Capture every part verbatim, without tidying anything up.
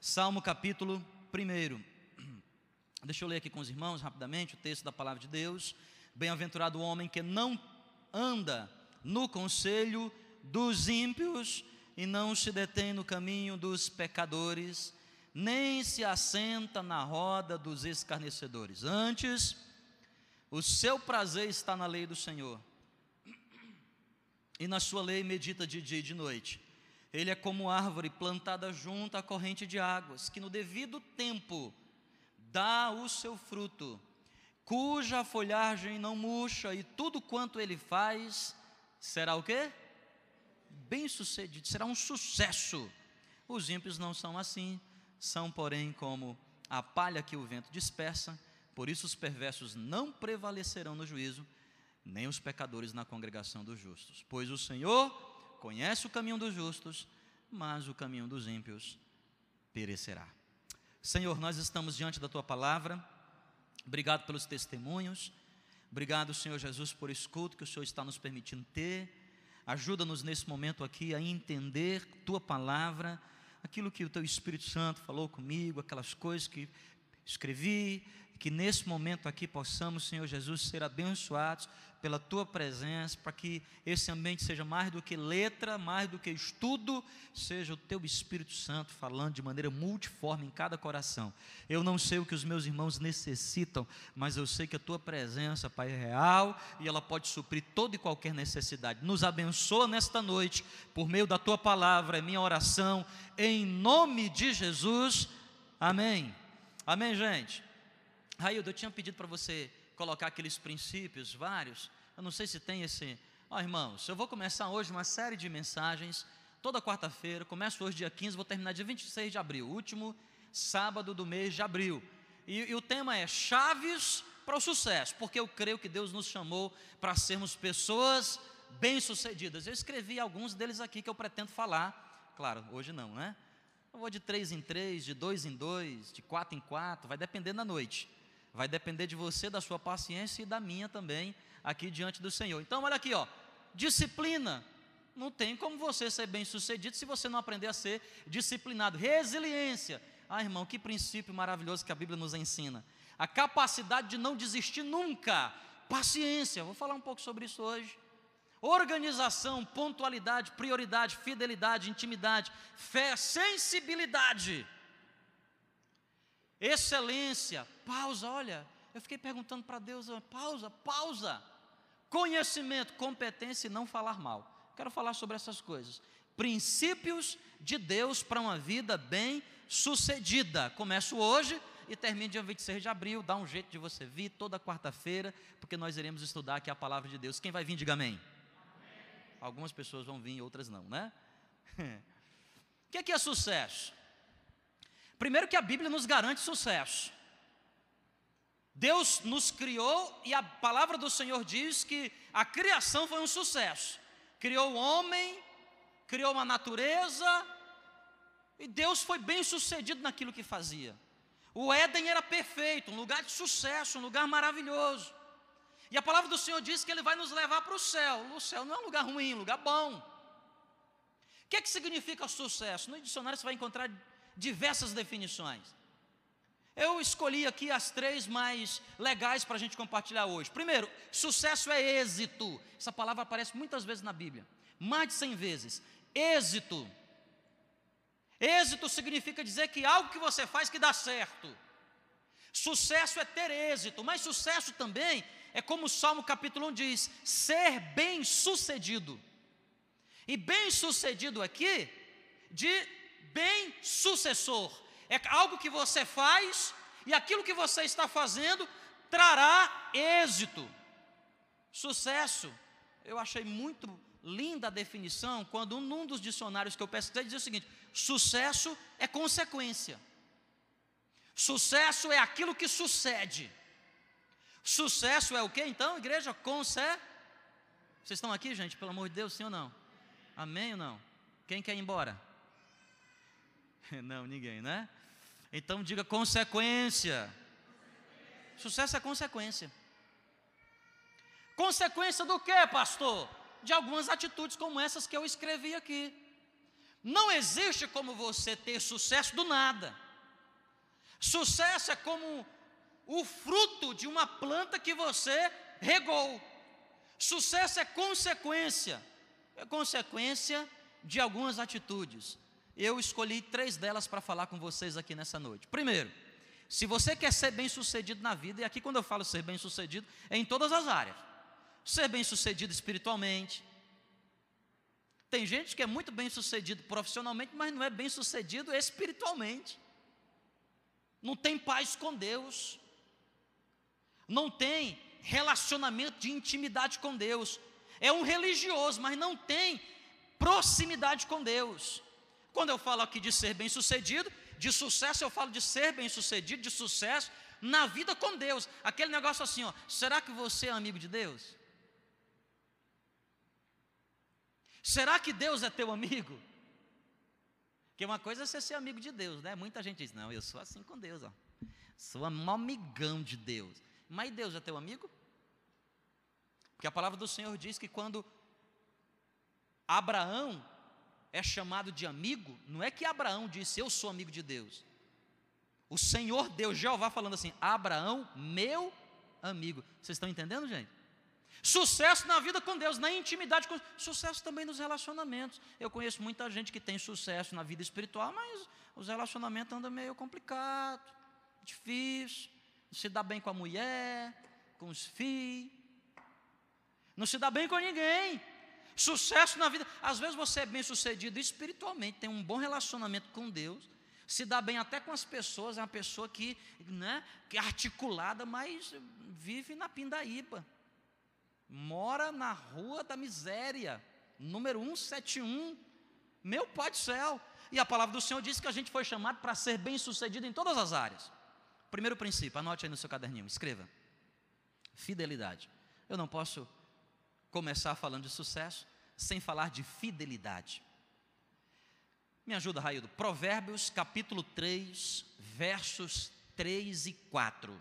Salmo capítulo um. Deixa eu ler aqui com os irmãos rapidamente o texto da palavra de Deus. Bem-aventurado o homem que não anda no conselho dos ímpios e não se detém no caminho dos pecadores, nem se assenta na roda dos escarnecedores. Antes, o seu prazer está na lei do Senhor, e na sua lei medita de dia e de noite. Ele é como árvore plantada junto à corrente de águas, que no devido tempo dá o seu fruto, cuja folhagem não murcha, e tudo quanto ele faz será o quê? Bem sucedido, será um sucesso. Os ímpios não são assim, são porém como a palha que o vento dispersa. Por isso os perversos não prevalecerão no juízo, nem os pecadores na congregação dos justos. Pois o Senhor conhece o caminho dos justos, mas o caminho dos ímpios perecerá. Senhor, nós estamos diante da Tua palavra. Obrigado pelos testemunhos. Obrigado, Senhor Jesus, por esse culto que o Senhor está nos permitindo ter. Ajuda-nos nesse momento aqui a entender Tua palavra, aquilo que o Teu Espírito Santo falou comigo, aquelas coisas que escrevi, que nesse momento aqui possamos, Senhor Jesus, ser abençoados pela Tua presença, para que esse ambiente seja mais do que letra, mais do que estudo, seja o Teu Espírito Santo falando de maneira multiforme em cada coração. Eu não sei o que os meus irmãos necessitam, mas eu sei que a Tua presença, Pai, é real e ela pode suprir toda e qualquer necessidade. Nos abençoa nesta noite, por meio da Tua palavra, é minha oração, em nome de Jesus, amém. Amém, gente? Raildo, eu tinha pedido para você colocar aqueles princípios vários. Eu não sei se tem esse... Ó, irmãos, eu vou começar hoje uma série de mensagens, toda quarta-feira. Começo hoje dia quinze, vou terminar dia vinte e seis de abril, último sábado do mês de abril. E, e o tema é chaves para o sucesso, porque eu creio que Deus nos chamou para sermos pessoas bem-sucedidas. Eu escrevi alguns deles aqui que eu pretendo falar. Claro, hoje não, né? Eu vou de três em três, de dois em dois, de quatro em quatro, vai depender da noite. Vai depender de você, da sua paciência e da minha também, aqui diante do Senhor. Então, olha aqui, ó, disciplina. Não tem como você ser bem-sucedido se você não aprender a ser disciplinado. Resiliência. Ah, irmão, que princípio maravilhoso que a Bíblia nos ensina. A capacidade de não desistir nunca. Paciência, vou falar um pouco sobre isso hoje. Organização, pontualidade, prioridade, fidelidade, intimidade, fé, sensibilidade. Excelência, pausa, olha, eu fiquei perguntando para Deus, pausa, pausa, conhecimento, competência e não falar mal. Quero falar sobre essas coisas. Princípios de Deus para uma vida bem sucedida. Começo hoje e termino dia vinte e seis de abril, dá um jeito de você vir toda quarta-feira, porque nós iremos estudar aqui a palavra de Deus. Quem vai vir, diga amém. Amém. Algumas pessoas vão vir, outras não, né? O que é, que é sucesso? Primeiro que a Bíblia nos garante sucesso. Deus nos criou e a palavra do Senhor diz que a criação foi um sucesso. Criou o homem, criou a natureza e Deus foi bem sucedido naquilo que fazia. O Éden era perfeito, um lugar de sucesso, um lugar maravilhoso. E a palavra do Senhor diz que Ele vai nos levar para o céu. O céu não é um lugar ruim, é um lugar bom. O que é que significa sucesso? No dicionário você vai encontrar diversas definições. Eu escolhi aqui as três mais legais para a gente compartilhar hoje. Primeiro, sucesso é êxito. Essa palavra aparece muitas vezes na Bíblia, mais de cem vezes. Êxito. Êxito significa dizer que algo que você faz que dá certo. Sucesso é ter êxito, mas sucesso também é como o Salmo capítulo um diz, ser bem-sucedido. E bem-sucedido aqui, de bem sucessor, é algo que você faz e aquilo que você está fazendo trará êxito. Sucesso, eu achei muito linda a definição quando num dos dicionários que eu pesquisei dizia o seguinte: sucesso é consequência, sucesso é aquilo que sucede. Sucesso é o que então, igreja? Conse... Vocês estão aqui, gente? Pelo amor de Deus, sim ou não? Amém ou não? Quem quer ir embora? Não, ninguém, né? Então diga consequência. Sucesso é consequência. Consequência do que, pastor? De algumas atitudes como essas que eu escrevi aqui. Não existe como você ter sucesso do nada. Sucesso é como o fruto de uma planta que você regou. Sucesso é consequência, é consequência de algumas atitudes. Eu escolhi três delas para falar com vocês aqui nessa noite. Primeiro, se você quer ser bem-sucedido na vida, e aqui quando eu falo ser bem-sucedido, é em todas as áreas. Ser bem-sucedido espiritualmente. Tem gente que é muito bem-sucedido profissionalmente, mas não é bem-sucedido espiritualmente. Não tem paz com Deus. Não tem relacionamento de intimidade com Deus. É um religioso, mas não tem proximidade com Deus. Quando eu falo aqui de ser bem-sucedido, de sucesso, eu falo de ser bem-sucedido, de sucesso na vida com Deus. Aquele negócio assim, ó, será que você é amigo de Deus? Será que Deus é teu amigo? Porque uma coisa é você ser amigo de Deus, né? Muita gente diz, não, eu sou assim com Deus, ó. Sou um amigão de Deus. Mas Deus é teu amigo? Porque a palavra do Senhor diz que quando Abraão é chamado de amigo, não é que Abraão disse, eu sou amigo de Deus. O Senhor Deus, Jeová falando assim, Abraão, meu amigo. Vocês estão entendendo, gente? Sucesso na vida com Deus, na intimidade com Deus. Sucesso também nos relacionamentos. Eu conheço muita gente que tem sucesso na vida espiritual, mas os relacionamentos andam meio complicados, difícil. Não se dá bem com a mulher, com os filhos. Não se dá bem com ninguém. Sucesso na vida. Às vezes você é bem sucedido espiritualmente, tem um bom relacionamento com Deus, se dá bem até com as pessoas, é uma pessoa que, né, que é articulada, mas vive na pindaíba. Mora na rua da miséria, número cento e setenta e um, meu Pai do céu. E a palavra do Senhor diz que a gente foi chamado para ser bem sucedido em todas as áreas. Primeiro princípio, anote aí no seu caderninho, escreva: fidelidade. Eu não posso começar falando de sucesso sem falar de fidelidade. Me ajuda, Raildo. Provérbios capítulo três, versos três e quatro.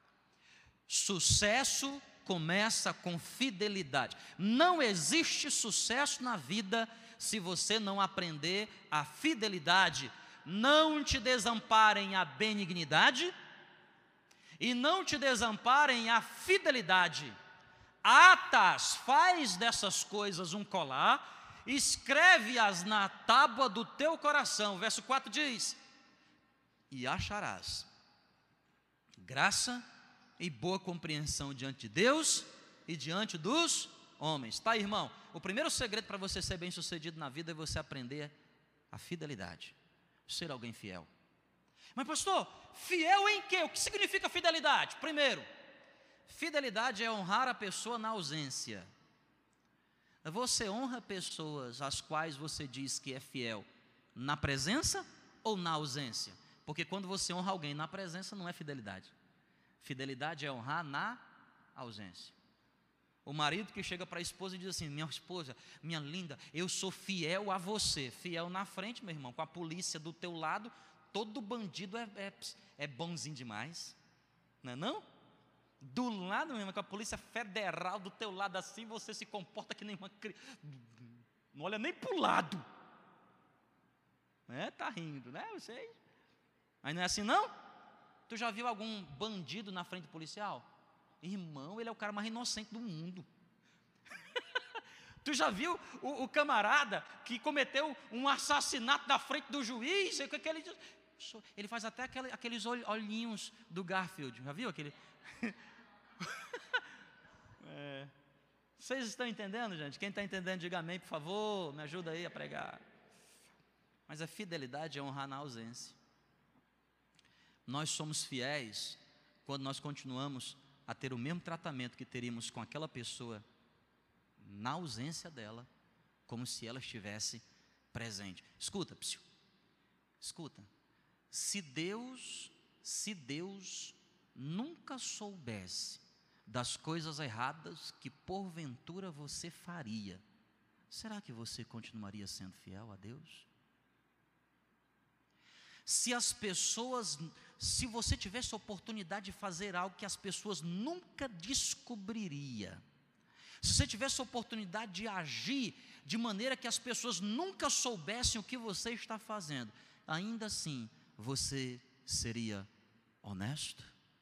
Sucesso começa com fidelidade. Não existe sucesso na vida se você não aprender a fidelidade. Não te desamparem a benignidade e não te desamparem a fidelidade. Atas, faz dessas coisas um colar, escreve-as na tábua do teu coração. Verso quatro diz: e acharás graça e boa compreensão diante de Deus e diante dos homens. Tá, irmão? O primeiro segredo para você ser bem sucedido na vida é você aprender a fidelidade, ser alguém fiel. Mas pastor, fiel em quê? O que significa fidelidade? Primeiro, fidelidade é honrar a pessoa na ausência. Você honra pessoas às quais você diz que é fiel na presença ou na ausência? Porque quando você honra alguém na presença não é fidelidade. Fidelidade é honrar na ausência. O marido que chega para a esposa e diz assim: minha esposa, minha linda, eu sou fiel a você. Fiel na frente, meu irmão, com a polícia do teu lado, todo bandido é, é, é bonzinho demais. Não é não? Do lado, meu irmão, com a polícia federal do teu lado assim, você se comporta que nem uma criança. Não olha nem para o lado. É, tá rindo, né? Vocês. Mas não é assim não? Tu já viu algum bandido na frente do policial? Irmão, ele é o cara mais inocente do mundo. Tu já viu o, o camarada que cometeu um assassinato na frente do juiz? O que ele diz? Ele faz até aquele, aqueles olhinhos do Garfield. Já viu aquele? É. Vocês estão entendendo, gente? Quem está entendendo, diga amém, por favor. Me ajuda aí a pregar. Mas a fidelidade é honrar na ausência. Nós somos fiéis quando nós continuamos a ter o mesmo tratamento que teríamos com aquela pessoa na ausência dela, como se ela estivesse presente. Escuta, psiu, escuta. Se Deus, se Deus nunca soubesse das coisas erradas que porventura você faria, será que você continuaria sendo fiel a Deus? Se as pessoas, se você tivesse a oportunidade de fazer algo que as pessoas nunca descobririam, se você tivesse a oportunidade de agir de maneira que as pessoas nunca soubessem o que você está fazendo, ainda assim, você seria honesto?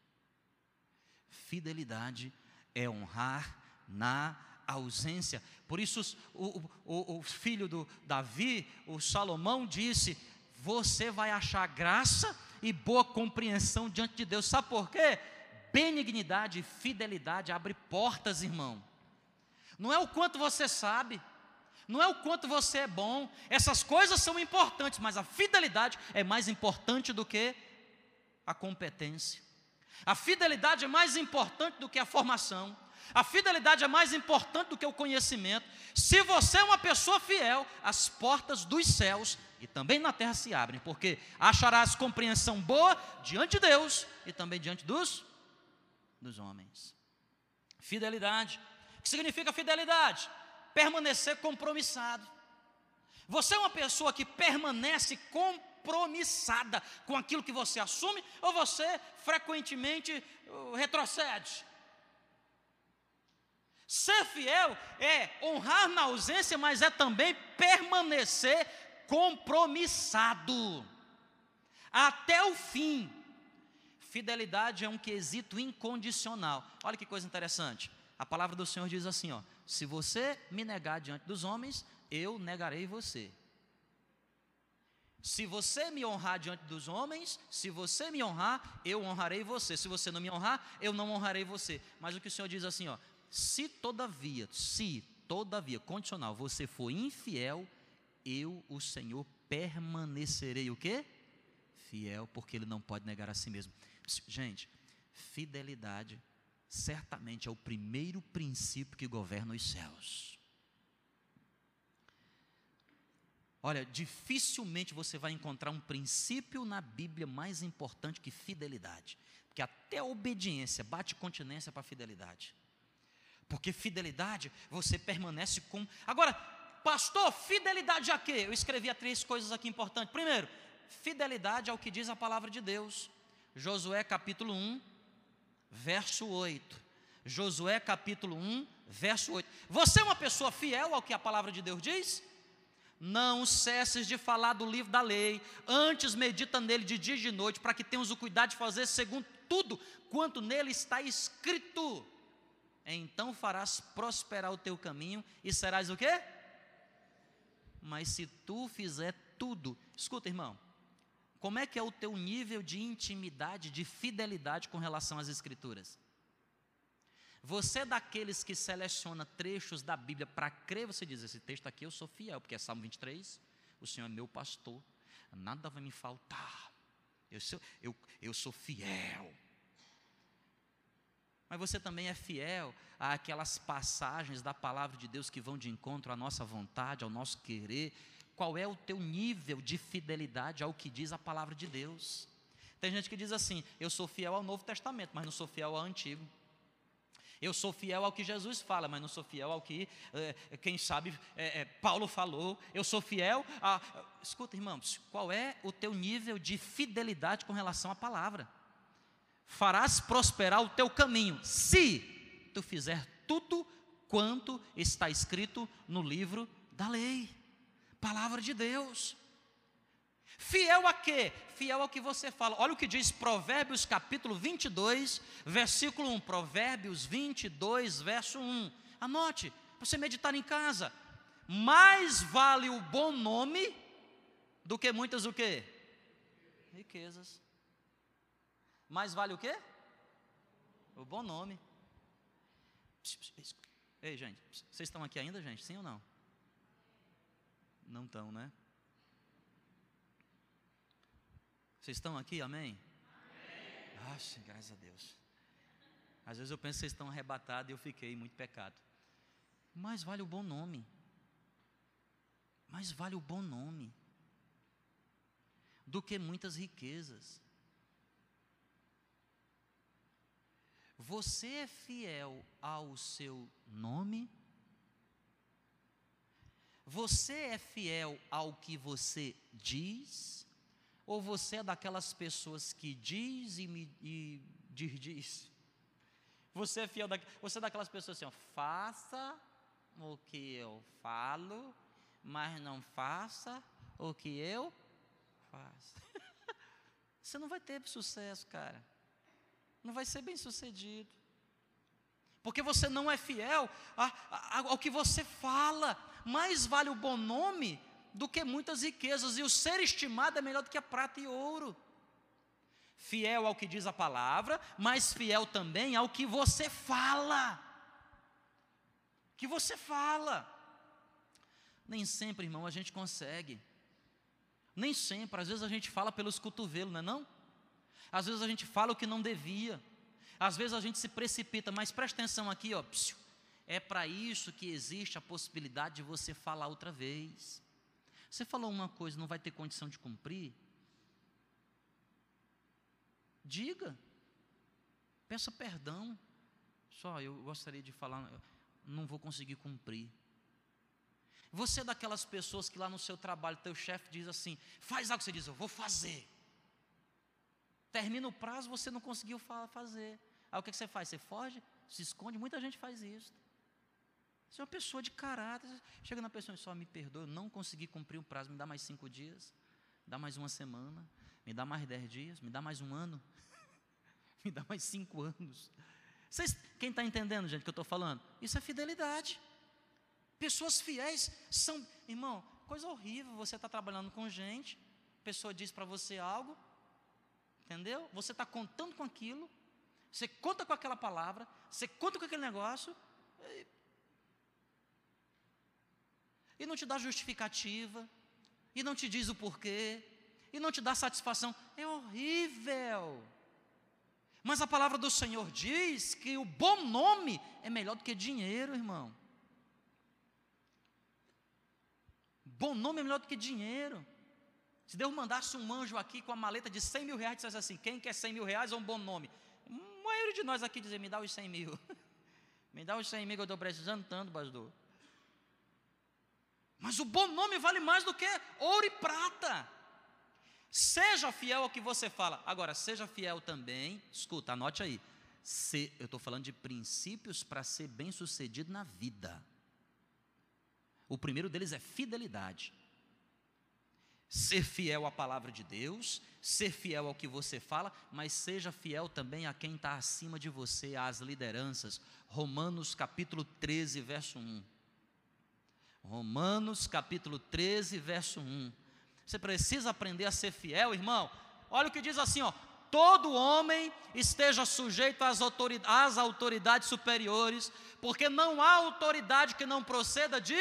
Fidelidade é honrar na ausência. Por isso o, o, o filho do Davi, o Salomão, disse: você vai achar graça e boa compreensão diante de Deus. Sabe por quê? Benignidade e fidelidade abre portas, irmão. Não é o quanto você sabe, não é o quanto você é bom, essas coisas são importantes, mas a fidelidade é mais importante do que a competência. A fidelidade é mais importante do que a formação. A fidelidade é mais importante do que o conhecimento. Se você é uma pessoa fiel, as portas dos céus e também na terra se abrem, porque acharás compreensão boa diante de Deus e também diante dos, dos homens. Fidelidade. O que significa fidelidade? Permanecer compromissado. Você é uma pessoa que permanece compromissada com aquilo que você assume, ou você frequentemente uh, retrocede? Ser fiel é honrar na ausência, mas é também permanecer compromissado até o fim. Fidelidade é um quesito incondicional. Olha que coisa interessante. A palavra do Senhor diz assim, ó: se você me negar diante dos homens, eu negarei você. Se você me honrar diante dos homens, se você me honrar, eu honrarei você. Se você não me honrar, eu não honrarei você. Mas o que o Senhor diz assim, ó: se todavia, se todavia, condicional, você for infiel, eu, o Senhor, permanecerei o quê? Fiel, porque Ele não pode negar a si mesmo. Gente, fidelidade certamente é o primeiro princípio que governa os céus. Olha, dificilmente você vai encontrar um princípio na Bíblia mais importante que fidelidade, porque até a obediência bate continência para a fidelidade. Porque fidelidade, você permanece com... Agora, pastor, fidelidade a quê? Eu escrevi três coisas aqui importantes. Primeiro, fidelidade ao que diz a palavra de Deus. Josué capítulo um, verso oito. Josué capítulo um, verso oito. Você é uma pessoa fiel ao que a palavra de Deus diz? Não cesses de falar do livro da lei, antes medita nele de dia e de noite, para que tenhas o cuidado de fazer segundo tudo quanto nele está escrito. Então farás prosperar o teu caminho e serás o quê? Mas se tu fizer tudo, escuta, irmão, como é que é o teu nível de intimidade, de fidelidade com relação às Escrituras? Você é daqueles que seleciona trechos da Bíblia para crer, você diz: esse texto aqui eu sou fiel, porque é Salmo vinte e três, o Senhor é meu pastor, nada vai me faltar, eu sou, eu, eu sou fiel. Mas você também é fiel àquelas passagens da palavra de Deus que vão de encontro à nossa vontade, ao nosso querer? Qual é o teu nível de fidelidade ao que diz a palavra de Deus? Tem gente que diz assim: eu sou fiel ao Novo Testamento, mas não sou fiel ao Antigo. Eu sou fiel ao que Jesus fala, mas não sou fiel ao que, é, quem sabe, é, é, Paulo falou. Eu sou fiel a... Escuta, irmãos, qual é o teu nível de fidelidade com relação à palavra? Farás prosperar o teu caminho, se tu fizer tudo quanto está escrito no livro da lei. Palavra de Deus. Fiel a quê? Fiel ao que você fala. Olha o que diz Provérbios capítulo vinte e dois, versículo um. Provérbios vinte e dois, verso um. Anote, para você meditar em casa. Mais vale o bom nome do que muitas o quê? Riquezas. Mais vale o quê? O bom nome. Ei, gente, vocês estão aqui ainda, gente? Sim ou não? Não estão, né? Vocês estão aqui, amém? Amém. Ah, graças a Deus. Às vezes eu penso que vocês estão arrebatados e eu fiquei muito pecado. Mais vale o bom nome. Mais vale o bom nome do que muitas riquezas. Você é fiel ao seu nome? Você é fiel ao que você diz? Ou você é daquelas pessoas que diz e, me, e diz, diz? Você é fiel, da, você é daquelas pessoas assim, ó, faça o que eu falo, mas não faça o que eu faço. Você não vai ter sucesso, cara. Não vai ser bem sucedido. Porque você não é fiel a, a, ao que você fala. Mais vale o bom nome do que muitas riquezas. E o ser estimado é melhor do que a prata e ouro. Fiel ao que diz a palavra, mas fiel também ao que você fala. Que você fala. Nem sempre, irmão, a gente consegue. Nem sempre, às vezes a gente fala pelos cotovelos, não é não? Às vezes a gente fala o que não devia. Às vezes a gente se precipita, mas presta atenção aqui, ó. Psiu, é para isso que existe a possibilidade de você falar outra vez. Você falou uma coisa, não vai ter condição de cumprir? Diga, peça perdão. Só eu gostaria de falar, não vou conseguir cumprir. Você é daquelas pessoas que lá no seu trabalho, teu chefe diz assim, faz algo, você diz, eu vou fazer. Termina o prazo, você não conseguiu fazer. Aí o que você faz? Você foge, se esconde, muita gente faz isso. Você é uma pessoa de caráter, chega na pessoa e só me perdoa, eu não consegui cumprir o prazo, me dá mais cinco dias, me dá mais uma semana, me dá mais dez dias, me dá mais um ano, me dá mais cinco anos. Vocês, quem está entendendo, gente, o que eu estou falando? Isso é fidelidade. Pessoas fiéis são, irmão, coisa horrível, você está trabalhando com gente, a pessoa diz para você algo, entendeu? Você está contando com aquilo, você conta com aquela palavra, você conta com aquele negócio, e, e não te dá justificativa, e não te diz o porquê, e não te dá satisfação, é horrível. Mas a palavra do Senhor diz que o bom nome é melhor do que dinheiro, irmão. Bom nome é melhor do que dinheiro. Se Deus mandasse um anjo aqui com a maleta de cem mil reais, dissesse assim, quem quer cem mil reais é um bom nome. A maioria de nós aqui dizer, me dá os cem mil. Me dá os cem mil que eu estou precisando tanto, pastor. Mas o bom nome vale mais do que ouro e prata. Seja fiel ao que você fala. Agora, seja fiel também, escuta, anote aí. Se, eu estou falando de princípios para ser bem sucedido na vida. O primeiro deles é fidelidade. Ser fiel à palavra de Deus, ser fiel ao que você fala, mas seja fiel também a quem está acima de você, às lideranças. Romanos capítulo treze, verso um. Romanos capítulo treze, verso um. Você precisa aprender a ser fiel, irmão. Olha o que diz assim, ó. Todo homem esteja sujeito às autoridades, às autoridades superiores, porque não há autoridade que não proceda de...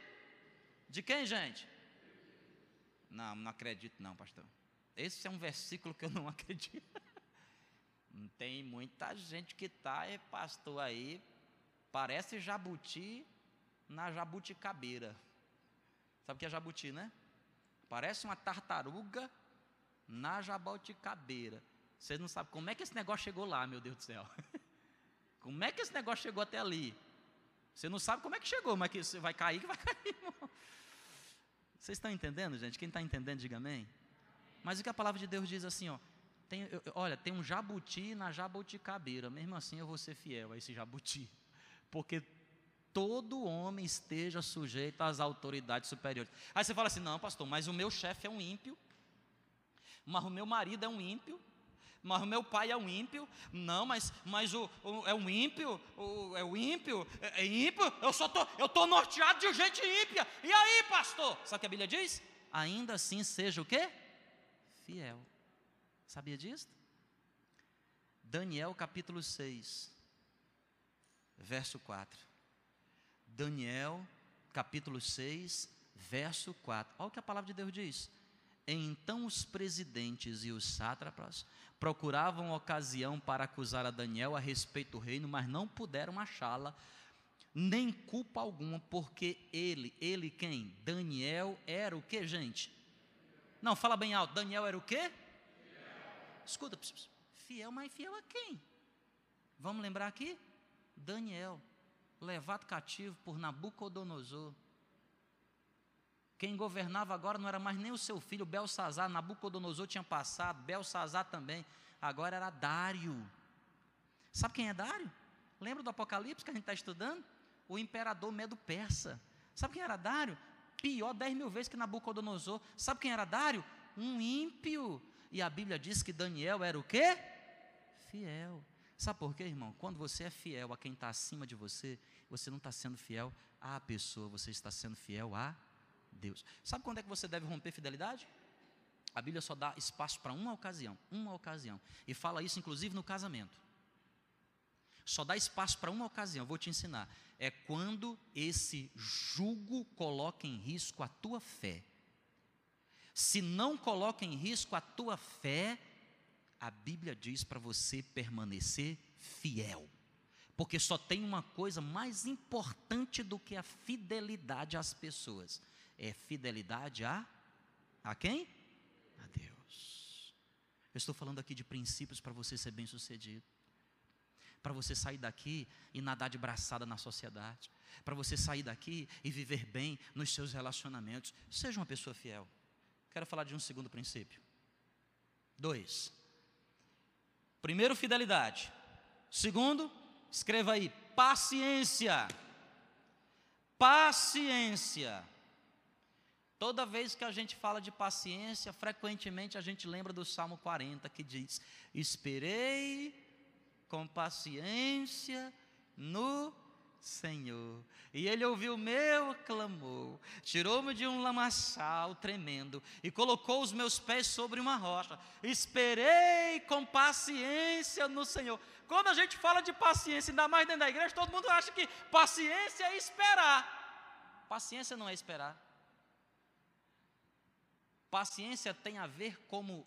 De quem, gente? Não, não acredito não, pastor. Esse é um versículo que eu não acredito. Tem muita gente que está, é pastor aí, parece jabuti na jabuticabeira. Sabe o que é jabuti, né? Parece uma tartaruga na jabuticabeira. Vocês não sabem como é que esse negócio chegou lá, meu Deus do céu. Como é que esse negócio chegou até ali? Você não sabe como é que chegou, mas que você vai cair, que vai cair, irmão. Vocês estão entendendo, gente? Quem está entendendo, diga amém. Mas o que a palavra de Deus diz assim, ó, tem, eu, olha, tem um jabuti na jabuticabeira, mesmo assim eu vou ser fiel a esse jabuti, porque todo homem esteja sujeito às autoridades superiores. Aí você fala assim, não pastor, mas o meu chefe é um ímpio, mas o meu marido é um ímpio, mas o meu pai é um ímpio, não, mas, mas o, o, é um ímpio, o, é o ímpio, é, é ímpio, eu só tô, eu estou norteado de gente ímpia, e aí pastor? Sabe o que a Bíblia diz? Ainda assim seja o quê? Fiel. Sabia disso? Daniel capítulo seis, verso quatro. Daniel capítulo seis, verso quatro. Olha o que a palavra de Deus diz. Então os presidentes e os sátrapas procuravam ocasião para acusar a Daniel a respeito do reino, mas não puderam achá-la, nem culpa alguma, porque ele, ele quem? Daniel era o que, gente? Não, fala bem alto, Daniel era o quê? Fiel. Escuta, fiel, mas fiel a quem? Vamos lembrar aqui? Daniel, levado cativo por Nabucodonosor. Quem governava agora não era mais nem o seu filho, Belsazar. Nabucodonosor tinha passado, Belsazar também. Agora era Dário. Sabe quem é Dário? Lembra do Apocalipse que a gente está estudando? O imperador Medo-Persa. Sabe quem era Dário? Pior dez mil vezes que Nabucodonosor. Sabe quem era Dário? Um ímpio. E a Bíblia diz que Daniel era o quê? Fiel. Sabe por quê, irmão? Quando você é fiel a quem está acima de você, você não está sendo fiel à pessoa, você está sendo fiel a Deus. Sabe quando é que você deve romper fidelidade? A Bíblia só dá espaço para uma ocasião, uma ocasião. E fala isso inclusive no casamento. Só dá espaço para uma ocasião, vou te ensinar. É quando esse jugo coloca em risco a tua fé. Se não coloca em risco a tua fé, a Bíblia diz para você permanecer fiel. Porque só tem uma coisa mais importante do que a fidelidade às pessoas. É fidelidade a, a quem? A Deus. Eu estou falando aqui de princípios para você ser bem sucedido. Para você sair daqui e nadar de braçada na sociedade. Para você sair daqui e viver bem nos seus relacionamentos. Seja uma pessoa fiel. Quero falar de um segundo princípio. Dois. Primeiro, fidelidade. Segundo, escreva aí, paciência. Paciência. Toda vez que a gente fala de paciência, frequentemente a gente lembra do Salmo quarenta, que diz: esperei com paciência no Senhor, e Ele ouviu o meu clamor, tirou-me de um lamaçal tremendo, e colocou os meus pés sobre uma rocha. Esperei com paciência no Senhor. Quando a gente fala de paciência, ainda mais dentro da igreja, todo mundo acha que paciência é esperar. Paciência não é esperar. Paciência tem a ver como,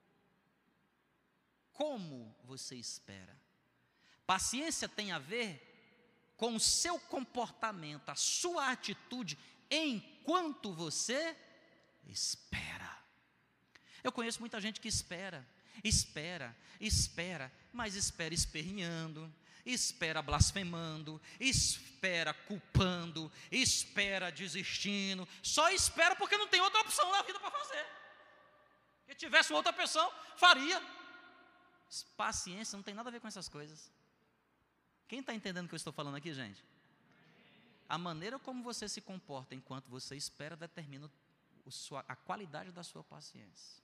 como você espera. Paciência tem a ver com o seu comportamento, a sua atitude, enquanto você espera. Eu conheço muita gente que espera, espera, espera, mas espera esperneando, espera blasfemando, espera culpando, espera desistindo, só espera porque não tem outra opção na vida para fazer. Se tivesse outra opção, faria. Paciência não tem nada a ver com essas coisas. Quem está entendendo o que eu estou falando aqui, gente? A maneira como você se comporta enquanto você espera determina o sua, a qualidade da sua paciência.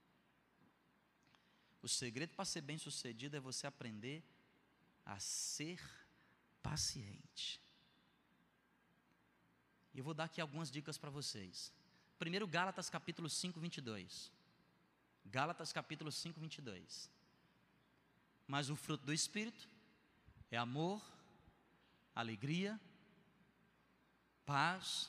O segredo para ser bem sucedido é você aprender a ser paciente. E eu vou dar aqui algumas dicas para vocês. Primeiro, Gálatas capítulo cinco, vinte e dois. Gálatas capítulo cinco, vinte e dois. Mas o fruto do Espírito é amor, alegria, paz.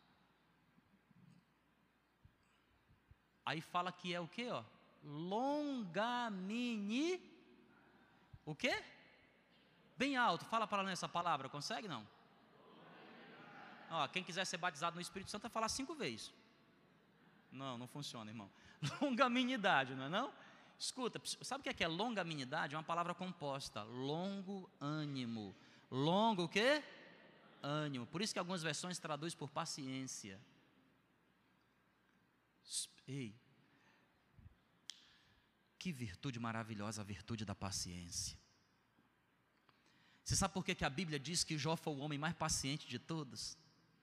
Aí fala que é o quê, ó? Longanimidade. O quê? Bem alto, fala para nessa palavra, consegue não? Ó, quem quiser ser batizado no Espírito Santo vai falar cinco vezes. Não, não funciona, irmão. Longanimidade, não é não? Escuta, sabe o que é longanimidade? É uma palavra composta, longo ânimo. Longo o quê? Ânimo. Por isso que algumas versões traduzem por paciência. Ei, que virtude maravilhosa a virtude da paciência. Você sabe por que que a Bíblia diz que Jó foi o homem mais paciente de todos?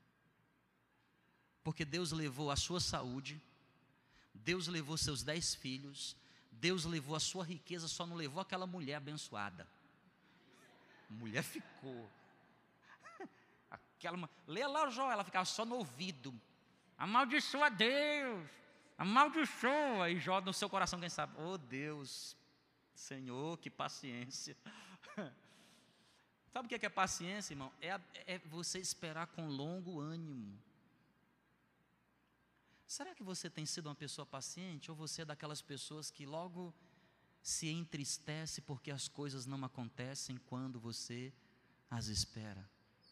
Porque Deus levou a sua saúde, Deus levou seus dez filhos, Deus levou a sua riqueza, só não levou aquela mulher abençoada. A mulher ficou. Aquela, lê lá Jó, ela ficava só no ouvido. Amaldiçoa Deus, amaldiçoa. E Jó no seu coração, quem sabe? Oh Deus, Senhor, que paciência. Sabe o que é paciência, irmão? É, a, é você esperar com longo ânimo. Será que você tem sido uma pessoa paciente? Ou você é daquelas pessoas que logo se entristece porque as coisas não acontecem quando você as espera?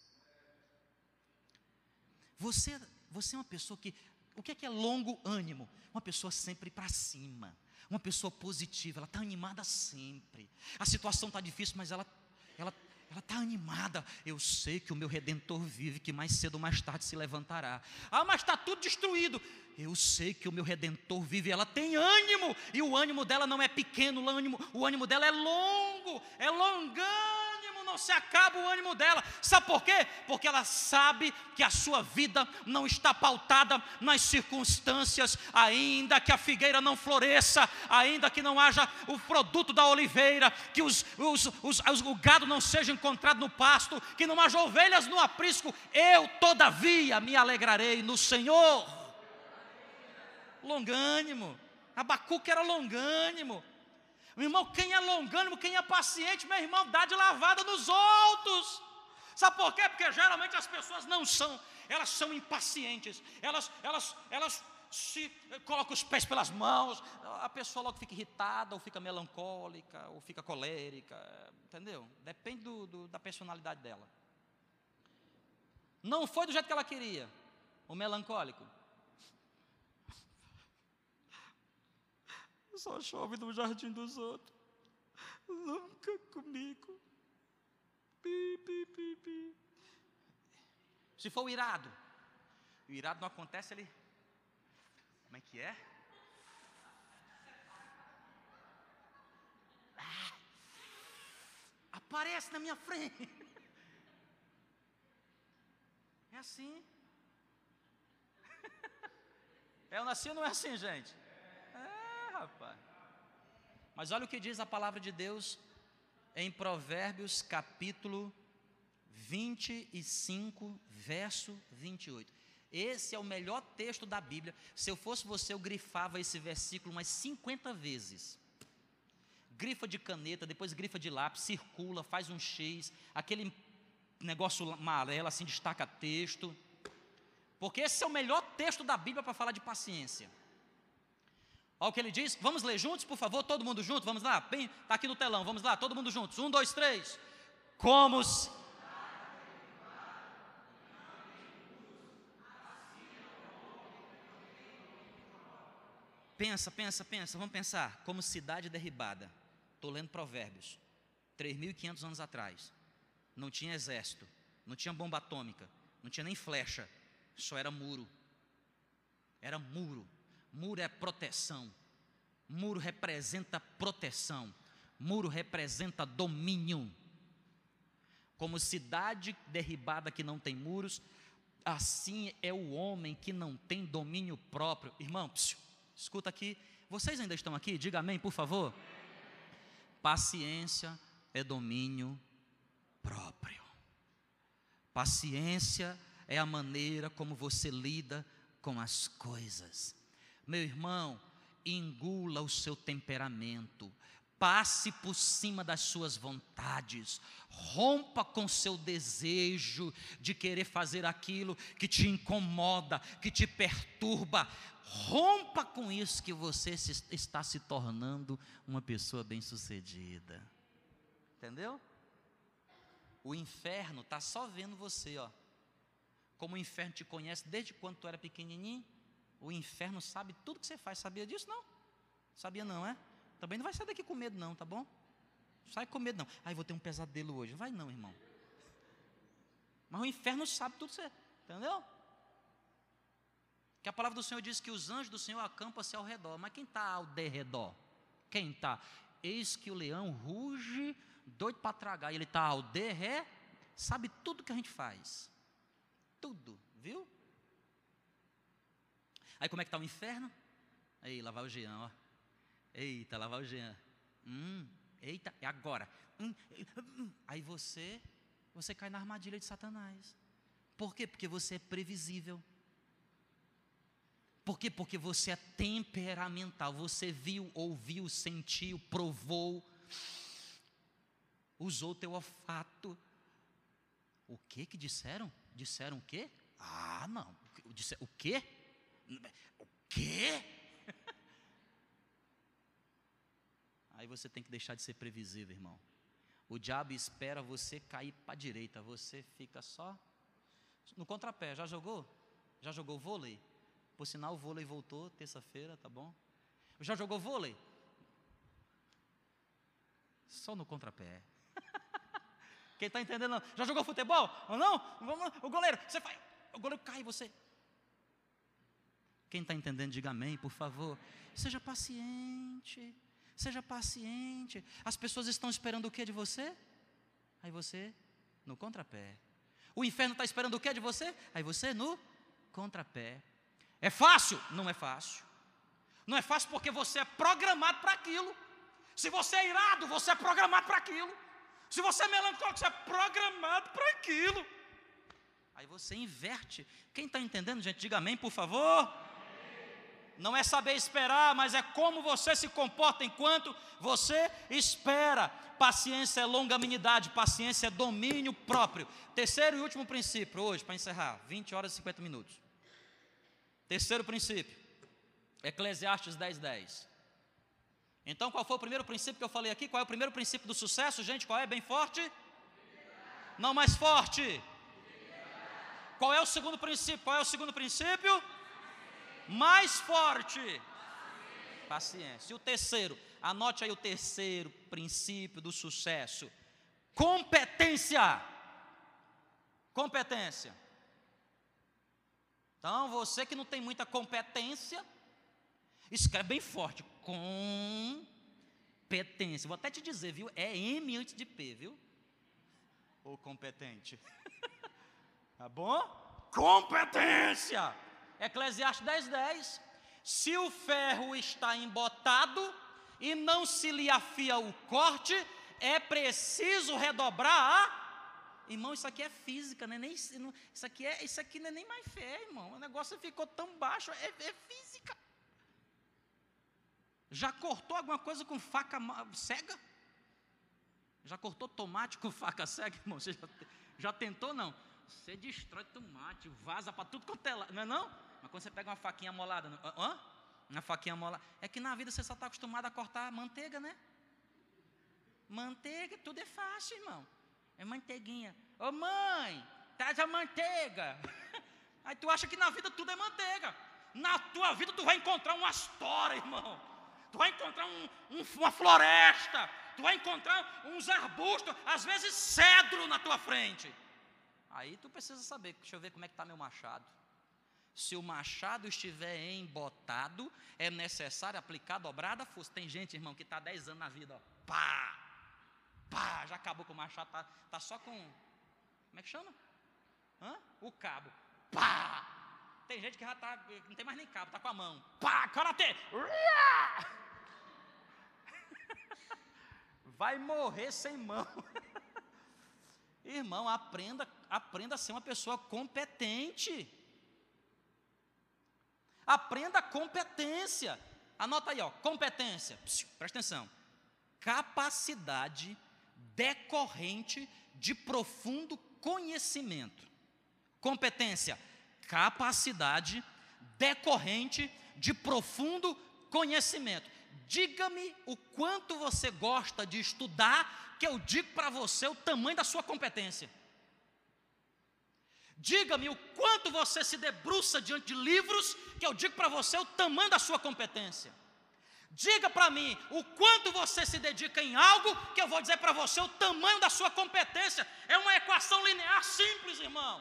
Você, você é uma pessoa que... O que é, que é longo ânimo? Uma pessoa sempre para cima. Uma pessoa positiva, ela está animada sempre. A situação está difícil, mas ela... ela Ela está animada. Eu sei que o meu Redentor vive, que mais cedo ou mais tarde se levantará. Ah, mas está tudo destruído. Eu sei que o meu Redentor vive. Ela tem ânimo. E o ânimo dela não é pequeno. O ânimo, o ânimo dela é longo. É longânimo. Não você acaba o ânimo dela. Sabe por quê? Porque ela sabe que a sua vida não está pautada nas circunstâncias, ainda que a figueira não floresça, ainda que não haja o produto da oliveira, que os, os, os, os, o gado não seja encontrado no pasto, que não haja ovelhas no aprisco, eu todavia me alegrarei no Senhor. Longânimo. Abacuque era longânimo. Meu irmão, quem é longânimo, quem é paciente, meu irmão, dá de lavada nos outros. Sabe por quê? Porque geralmente as pessoas não são, elas são impacientes, elas, elas, elas se colocam os pés pelas mãos, a pessoa logo fica irritada, ou fica melancólica, ou fica colérica, entendeu? Depende do, do, da personalidade dela. Não foi do jeito que ela queria, o melancólico. Só chove no jardim dos outros, nunca comigo. Pi, pi, pi, pi. Se for o irado, o irado não acontece, ele, como é que é? Ah, aparece na minha frente. É assim. Eu nasci ou não é assim, gente? Rapaz. Mas olha o que diz a palavra de Deus em Provérbios capítulo vinte e cinco, verso vinte e oito. Esse é o melhor texto da Bíblia. Se eu fosse você, eu grifava esse versículo umas cinquenta vezes. Grifa de caneta, depois grifa de lápis, circula, faz um X, aquele negócio amarelo assim, destaca texto. Porque esse é o melhor texto da Bíblia para falar de paciência. Olha o que ele diz, vamos ler juntos, por favor, todo mundo junto, vamos lá, está aqui no telão, vamos lá, todo mundo juntos, um, dois, três. Como se... Pensa, pensa, pensa, vamos pensar, como cidade derribada, estou lendo Provérbios, três mil e quinhentos anos atrás, não tinha exército, não tinha bomba atômica, não tinha nem flecha, só era muro, era muro. Muro é proteção, muro representa proteção, muro representa domínio. Como cidade derribada que não tem muros, assim é o homem que não tem domínio próprio. Irmão, psiu, escuta aqui, vocês ainda estão aqui? Diga amém, por favor. Paciência é domínio próprio. Paciência é a maneira como você lida com as coisas. Meu irmão, engula o seu temperamento, passe por cima das suas vontades, rompa com seu desejo de querer fazer aquilo que te incomoda, que te perturba, rompa com isso que você se, está se tornando uma pessoa bem-sucedida, entendeu? O inferno está só vendo você, ó. Como o inferno te conhece desde quando tu era pequenininho, o inferno sabe tudo que você faz. Sabia disso? Não. Sabia não, é? Também não vai sair daqui com medo não, tá bom? Sai com medo não. Ai, vou ter um pesadelo hoje. Vai não, irmão. Mas o inferno sabe tudo que você, entendeu? Que a palavra do Senhor diz que os anjos do Senhor acampam-se ao redor. Mas quem está ao derredor? Quem está? Eis que o leão ruge, doido para tragar. E ele está ao derredor, sabe tudo que a gente faz. Tudo, viu? Aí como é que está o inferno? Aí, lá vai o Jean, ó. Eita, lá vai o Jean. Hum, eita, é agora. Hum, hum. Aí você, você cai na armadilha de Satanás. Por quê? Porque você é previsível. Por quê? Porque você é temperamental. Você viu, ouviu, sentiu, provou, usou teu olfato. O que que disseram? Disseram o quê? Ah, não. Disseram, o quê? O quê? Aí você tem que deixar de ser previsível, irmão. O diabo espera você cair para a direita, você fica só no contrapé. Já jogou? Já jogou vôlei? Por sinal, o vôlei voltou terça-feira, tá bom? Já jogou vôlei? Só no contrapé. Quem está entendendo? Não. Já jogou futebol? Ou não? Vamos, o goleiro, você faz, o goleiro cai, você... Quem está entendendo, diga amém, por favor. Seja paciente, seja paciente. As pessoas estão esperando o que de você? aí você no contrapé. O inferno está esperando o que de você? Aí você no contrapé. É fácil? Não é fácil. Não é fácil porque você é programado para aquilo. Se você é irado, você é programado para aquilo. Se você é melancólico, você é programado para aquilo. Aí você inverte. Quem está entendendo, gente? Diga amém, por favor. Não é saber esperar, mas é como você se comporta enquanto você espera. Paciência é longanimidade, paciência é domínio próprio. Terceiro e último princípio, hoje, para encerrar, vinte horas e cinquenta minutos. Terceiro princípio, Eclesiastes dez, dez. Então, qual foi o primeiro princípio que eu falei aqui? Qual é o primeiro princípio do sucesso, gente? Qual é? Bem forte? Não, mais forte. Qual é o segundo princípio? Qual é o segundo princípio? Mais forte. Paciência. E o terceiro? Anote aí o terceiro princípio do sucesso. Competência. Competência. Então, você que não tem muita competência, escreve bem forte. Competência. Vou até te dizer, viu? É M antes de P, viu? Ou competente. Tá bom? Competência. Eclesiastes dez, dez. Se o ferro está embotado e não se lhe afia o corte, é preciso redobrar a... Irmão, isso aqui é física, né? Nem, isso, aqui é, isso aqui não é nem mais fé, irmão. O negócio ficou tão baixo, é, é física. Já cortou alguma coisa com faca cega? Já cortou tomate com faca cega, irmão? Você já, já tentou, não? Você destrói tomate, vaza para tudo quanto é lá, não é não? Mas quando você pega uma faquinha amolada, não, hã? Uma faquinha amolada, é que na vida você só está acostumado a cortar manteiga, né? Manteiga, tudo é fácil, irmão. É manteiguinha. Ô mãe, traz a manteiga. Aí tu acha que na vida tudo é manteiga. Na tua vida tu vai encontrar uma história, irmão. Tu vai encontrar um, um, uma floresta. Tu vai encontrar uns arbustos, às vezes cedro na tua frente. Aí tu precisa saber, deixa eu ver como é que está meu machado. Se o machado estiver embotado, é necessário aplicar dobrada força. Tem gente, irmão, que está dez anos na vida, ó, pá, pá, já acabou com o machado, está tá só com, como é que chama? Hã? O cabo, pá. Tem gente que já está, não tem mais nem cabo, está com a mão, pá, karatê. Vai morrer sem mão. Irmão, aprenda, aprenda a ser uma pessoa competente. Aprenda a competência. Anota aí, ó, competência. Psiu, presta atenção. Capacidade decorrente de profundo conhecimento. Competência, capacidade decorrente de profundo conhecimento. Diga-me o quanto você gosta de estudar, que eu digo para você o tamanho da sua competência. Diga-me o quanto você se debruça diante de livros, que eu digo para você o tamanho da sua competência. Diga para mim o quanto você se dedica em algo, que eu vou dizer para você o tamanho da sua competência. É uma equação linear simples, irmão.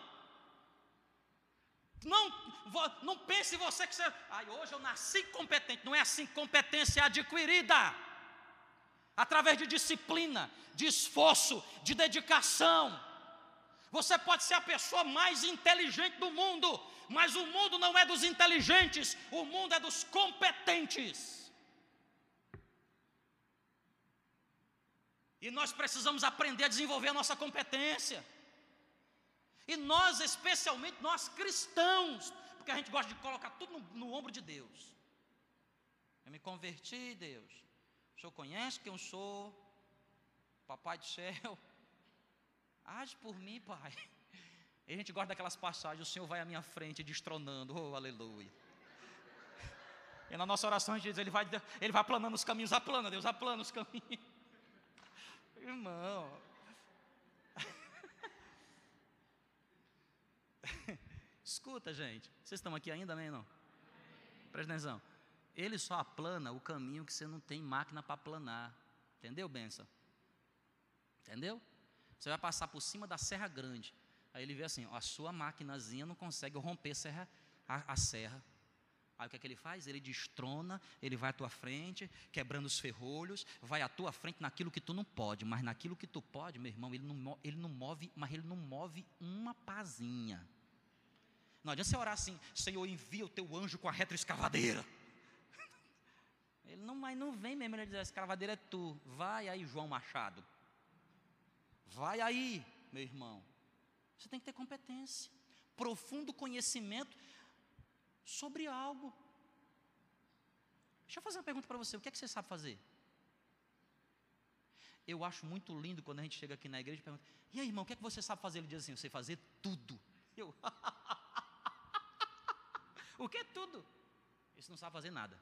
Não, não pense você que você... Ai, hoje eu nasci competente. Não é assim, competência é adquirida. Através de disciplina, de esforço, de dedicação. Você pode ser a pessoa mais inteligente do mundo, mas o mundo não é dos inteligentes, o mundo é dos competentes. E nós precisamos aprender a desenvolver a nossa competência. E nós, especialmente nós cristãos, porque a gente gosta de colocar tudo no, no ombro de Deus. Eu me converti, Deus. O Senhor conhece quem eu sou, Papai do céu. Age por mim, Pai. E a gente gosta daquelas passagens, o Senhor vai à minha frente destronando, oh, aleluia. E na nossa oração a gente diz, Ele vai, ele vai aplanando os caminhos, aplana, Deus, aplana os caminhos. Irmão. Escuta, gente, vocês estão aqui ainda, amém, não? Presta atenção. Ele só aplana o caminho que você não tem máquina para aplanar. Entendeu, benção? Entendeu? Você vai passar por cima da serra grande. Aí ele vê assim, ó, a sua maquinazinha não consegue romper serra, a, a serra. Aí o que é que ele faz? Ele destrona, ele vai à tua frente, quebrando os ferrolhos, vai à tua frente naquilo que tu não pode, mas naquilo que tu pode, meu irmão, ele não, ele não move, mas ele não move uma pazinha. Não adianta você orar assim, Senhor, envia o teu anjo com a retroescavadeira. Ele não, mas não vem mesmo, ele diz, a escavadeira é tu. Vai aí, João Machado. Vai aí, meu irmão. Você tem que ter competência, profundo conhecimento sobre algo. Deixa eu fazer uma pergunta para você, o que é que você sabe fazer? Eu acho muito lindo quando a gente chega aqui na igreja e pergunta, e aí, irmão, o que é que você sabe fazer? Ele diz assim, eu sei fazer tudo. Eu, o que é tudo? Esse não sabe fazer nada.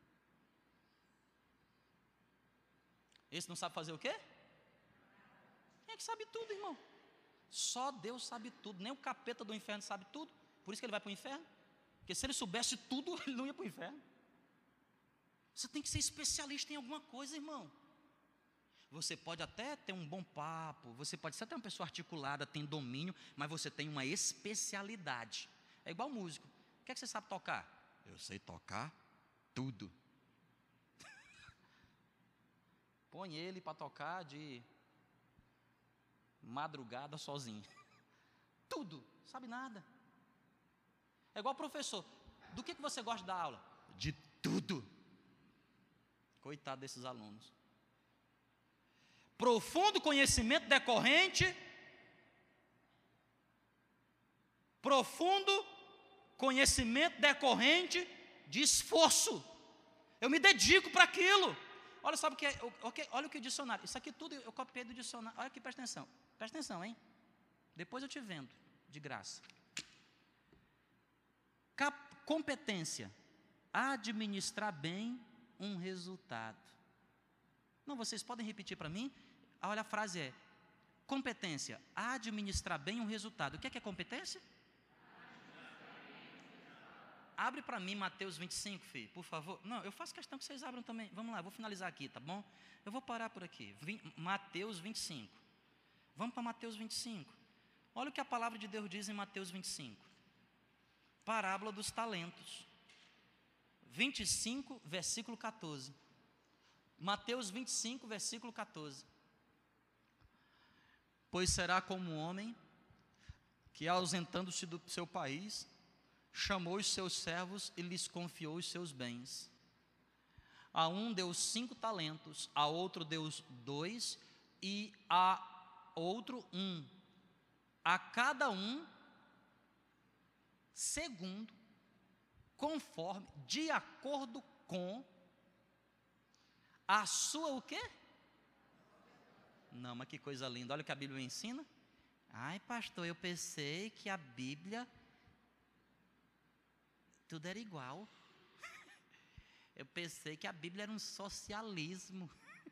Esse não sabe fazer o quê? Quem é que sabe tudo, irmão? Só Deus sabe tudo, nem o capeta do inferno sabe tudo, por isso que ele vai para o inferno. Porque se ele soubesse tudo, ele não ia para o inferno. Você tem que ser especialista em alguma coisa, irmão. Você pode até ter um bom papo, você pode ser até uma pessoa articulada, tem domínio, mas você tem uma especialidade. É igual músico. O que é que você sabe tocar? Eu sei tocar tudo. Põe ele para tocar de madrugada sozinho. Tudo, sabe nada. É igual professor. Do que, que você gosta da aula? De tudo. Coitado desses alunos. Profundo conhecimento decorrente. Profundo conhecimento decorrente de esforço. Eu me dedico para aquilo. Olha, sabe o que é? Olha o que o dicionário. Isso aqui tudo eu copiei do dicionário. Olha aqui, presta atenção. Presta atenção, hein? Depois eu te vendo, de graça. Cap- competência. Administrar bem um resultado. Não, vocês podem repetir para mim? Olha, a frase é: competência. Administrar bem um resultado. O que é, que é competência? Abre para mim Mateus vinte e cinco, filho, por favor. Não, eu faço questão que vocês abram também. Vamos lá, eu vou finalizar aqui, tá bom? Eu vou parar por aqui. Mateus vinte e cinco. Vamos para Mateus vinte e cinco. Olha o que a palavra de Deus diz em Mateus vinte e cinco. Parábola dos talentos. vinte e cinco, versículo quatorze. Mateus vinte e cinco, versículo quatorze. Pois será como um homem que, ausentando-se do seu país, chamou os seus servos e lhes confiou os seus bens. A um deu cinco talentos, a outro deu dois e a outro um. A cada um, segundo, conforme, de acordo com a sua o quê? Não, mas que coisa linda. Olha o que a Bíblia ensina. Ai, pastor, eu pensei que a Bíblia tudo era igual. Eu pensei que a Bíblia era um socialismo.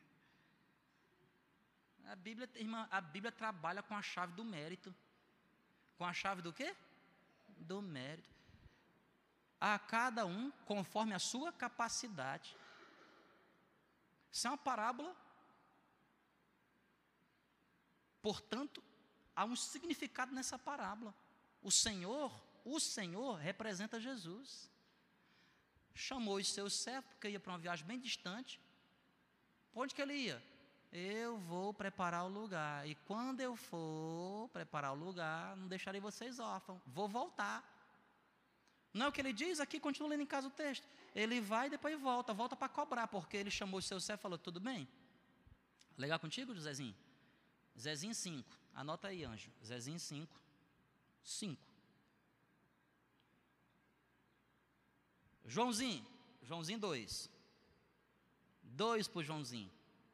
A Bíblia, irmã, a Bíblia trabalha com a chave do mérito. Com a chave do quê? Do mérito. A cada um conforme a sua capacidade. Isso é uma parábola. Portanto, há um significado nessa parábola. O Senhor, o Senhor representa Jesus. Chamou os seus servos, porque ia para uma viagem bem distante. Para onde que ele ia? Eu vou preparar o lugar. E quando eu for preparar o lugar, não deixarei vocês órfãos. Vou voltar. Não é o que ele diz? Aqui, continua lendo em casa o texto. Ele vai e depois volta. Volta para cobrar, porque ele chamou os seus servos e falou, tudo bem? Legal contigo, Zezinho? Zezinho cinco. Anota aí, anjo. Zezinho cinco. cinco. Joãozinho. Joãozinho dois. dois para o Joãozinho.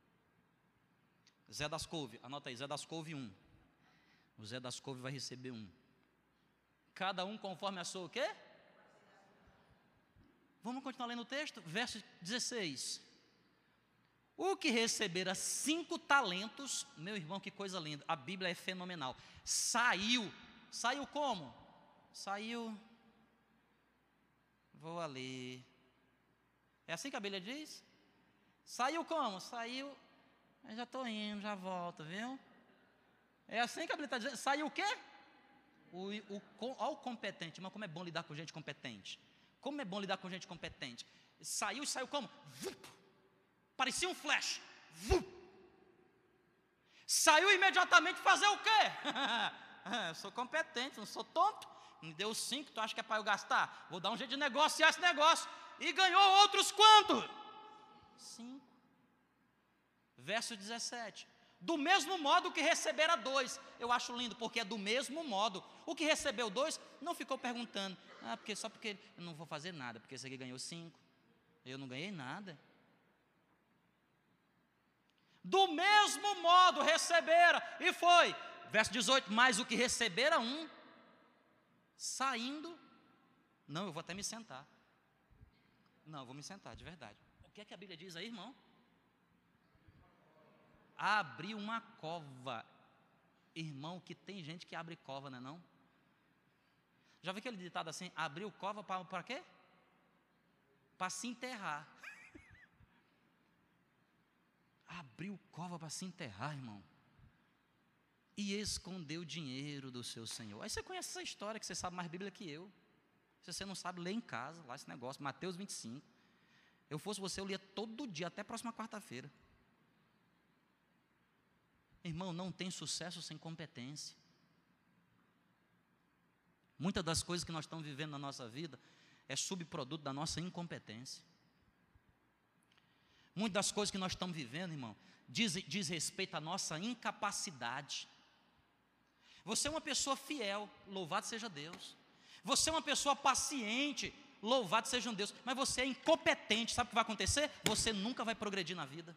Zé das Couve. Anota aí, Zé das Couve um. O Zé das Couve vai receber um. Cada um conforme a sua o quê? Vamos continuar lendo o texto? Verso dezesseis. O que recebera cinco talentos, meu irmão, que coisa linda, a Bíblia é fenomenal. Saiu, saiu como? Saiu, vou ali. É assim que a Bíblia diz? Saiu como? Saiu, eu já estou indo, já volto, viu? É assim que a Bíblia está dizendo. Saiu o quê? O, o, ó, o competente, mas como é bom lidar com gente competente. Como é bom lidar com gente competente. Saiu e saiu como? Vup. Parecia um flash. Vup. Saiu imediatamente fazer o quê? Eu sou competente, não sou tonto. Me deu cinco, tu acha que é para eu gastar? Vou dar um jeito de negociar esse negócio. E ganhou outros quantos? Cinco. Verso dezessete. Do mesmo modo que recebera dois. Eu acho lindo, porque é do mesmo modo. O que recebeu dois, não ficou perguntando. Ah, porque só porque eu não vou fazer nada, porque esse aqui ganhou cinco. Eu não ganhei nada. Do mesmo modo recebera, e foi. Verso dezoito, mas o que recebera um, saindo, não, eu vou até me sentar. Não, eu vou me sentar, de verdade. O que é que a Bíblia diz aí, irmão? Abriu uma cova. Irmão, que tem gente que abre cova, não é não? Já viu aquele ditado assim, abriu cova para quê? Para se enterrar. Abriu cova para se enterrar, irmão. E escondeu o dinheiro do seu senhor. Aí você conhece essa história, que você sabe mais Bíblia que eu. Se você não sabe, lê em casa, lá esse negócio, Mateus vinte e cinco. Eu fosse você, eu lia todo dia, até a próxima quarta-feira. Irmão, não tem sucesso sem competência. Muitas das coisas que nós estamos vivendo na nossa vida é subproduto da nossa incompetência. Muitas das coisas que nós estamos vivendo, irmão, diz, diz respeito à nossa incapacidade. Você é uma pessoa fiel, louvado seja Deus. Você é uma pessoa paciente, louvado seja um Deus. Mas você é incompetente, sabe o que vai acontecer? Você nunca vai progredir na vida.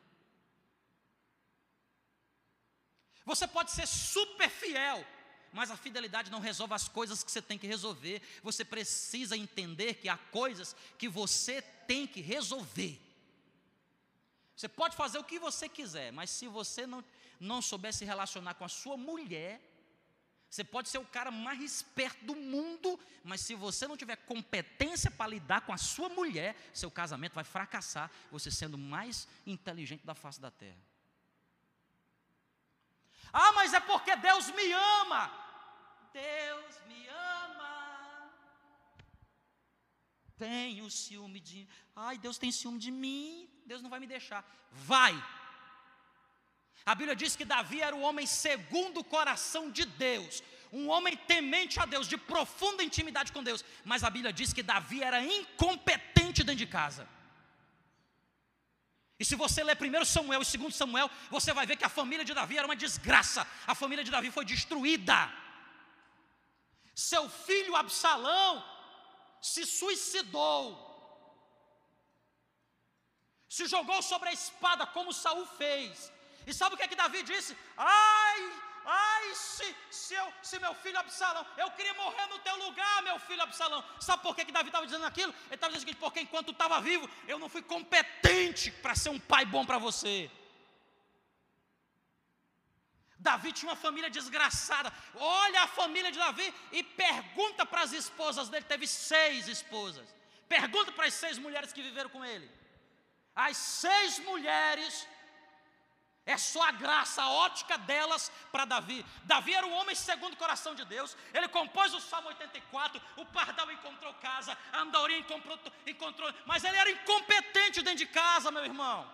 Você pode ser super fiel, mas a fidelidade não resolve as coisas que você tem que resolver. Você precisa entender que há coisas que você tem que resolver. Você pode fazer o que você quiser, mas se você não, não souber se relacionar com a sua mulher, você pode ser o cara mais esperto do mundo, mas se você não tiver competência para lidar com a sua mulher, seu casamento vai fracassar, você sendo o mais inteligente da face da terra. Ah, mas é porque Deus me ama. Deus me ama. Tenho ciúme de... Ai, Deus tem ciúme de mim. Deus não vai me deixar. Vai. A Bíblia diz que Davi era o homem segundo o coração de Deus. Um homem temente a Deus, de profunda intimidade com Deus. Mas a Bíblia diz que Davi era incompetente dentro de casa. E se você ler primeiro Samuel e segundo Samuel, você vai ver que a família de Davi era uma desgraça. A família de Davi foi destruída. Seu filho Absalão se suicidou. Se jogou sobre a espada como Saul fez. E sabe o que é que Davi disse? Ai, ai, se, se, eu, se meu filho Absalão, eu queria morrer no teu lugar, meu filho Absalão. Sabe por que, que Davi estava dizendo aquilo? Ele estava dizendo o seguinte, porque enquanto estava vivo, eu não fui competente para ser um pai bom para você. Davi tinha uma família desgraçada. Olha a família de Davi e pergunta para as esposas dele. Teve seis esposas. Pergunta para as seis mulheres que viveram com ele. As seis mulheres, é só a graça, a ótica delas para Davi. Davi era um homem segundo o coração de Deus. Ele compôs o Salmo oitenta e quatro. O pardal encontrou casa, a andorinha encontrou, encontrou. Mas ele era incompetente dentro de casa, meu irmão.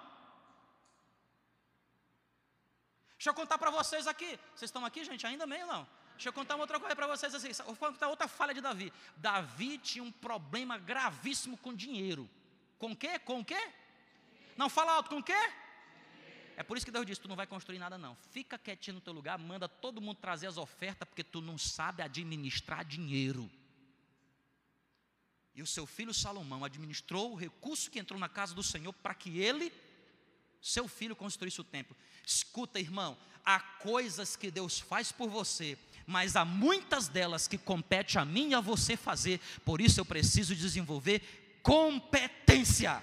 Deixa eu contar para vocês aqui. Vocês estão aqui, gente, ainda meio não? Deixa eu contar uma outra coisa para vocês assim. Vou contar outra falha de Davi. Davi tinha um problema gravíssimo com dinheiro. Com o quê? Com o quê? Não, fala alto, com o quê? É por isso que Deus disse, tu não vai construir nada não. Fica quietinho no teu lugar, manda todo mundo trazer as ofertas, porque tu não sabe administrar dinheiro. E o seu filho Salomão administrou o recurso que entrou na casa do Senhor para que ele, seu filho, construísse o templo. Escuta, irmão, há coisas que Deus faz por você, mas há muitas delas que compete a mim e a você fazer. Por isso eu preciso desenvolver competência.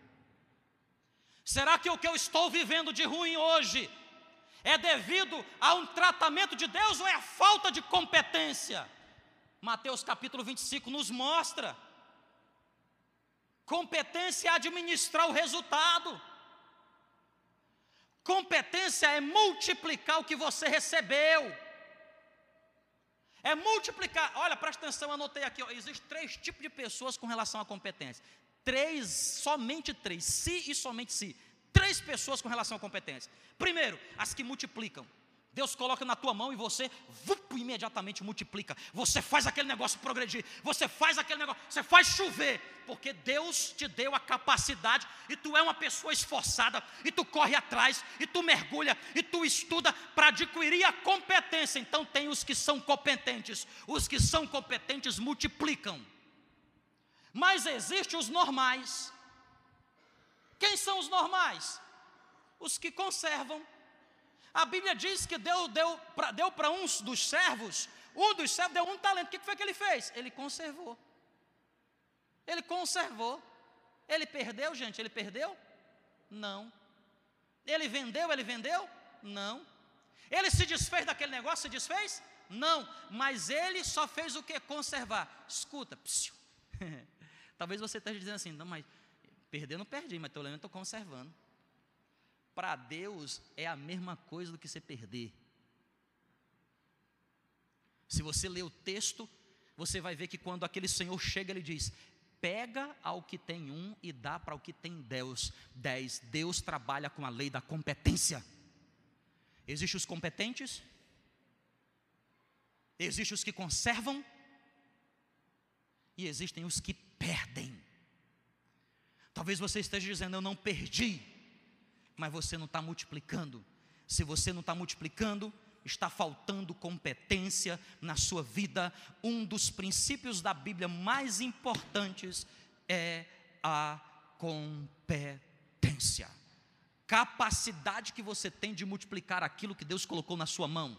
Será que o que eu estou vivendo de ruim hoje é devido a um tratamento de Deus ou é a falta de competência? Mateus capítulo vinte e cinco nos mostra. Competência é administrar o resultado. Competência é multiplicar o que você recebeu. é multiplicar. Olha, presta atenção, eu anotei aqui, ó, existem três tipos de pessoas com relação à competência. Três, somente três, se e somente se. Três pessoas com relação à competência. Primeiro, as que multiplicam. Deus coloca na tua mão e você vup, imediatamente multiplica. Você faz aquele negócio progredir. Você faz aquele negócio, você faz chover. Porque Deus te deu a capacidade. E tu é uma pessoa esforçada. E tu corre atrás. E tu mergulha. E tu estuda para adquirir a competência. Então tem os que são competentes. Os que são competentes multiplicam. Mas existem os normais. Quem são os normais? Os que conservam. A Bíblia diz que Deus deu para deu para um dos servos, um dos servos deu um talento. O que foi que ele fez? Ele conservou. Ele conservou. Ele perdeu, gente? Ele perdeu? Não. Ele vendeu? Ele vendeu? Não. Ele se desfez daquele negócio? Se desfez? Não. Mas ele só fez o que? Conservar. Escuta. Psiu. Talvez você esteja dizendo assim, não, mas perder não perdi, mas eu estou conservando. Para Deus é a mesma coisa do que você perder. Se você ler o texto, você vai ver que quando aquele Senhor chega, ele diz: pega ao que tem um e dá para o que tem dez. Dez. Deus trabalha com a lei da competência. Existem os competentes, existem os que conservam, e existem os que perdem. Talvez você esteja dizendo, eu não perdi, mas você não está multiplicando. Se você não está multiplicando, está faltando competência na sua vida. Um dos princípios da Bíblia mais importantes é a competência. Capacidade que você tem de multiplicar aquilo que Deus colocou na sua mão.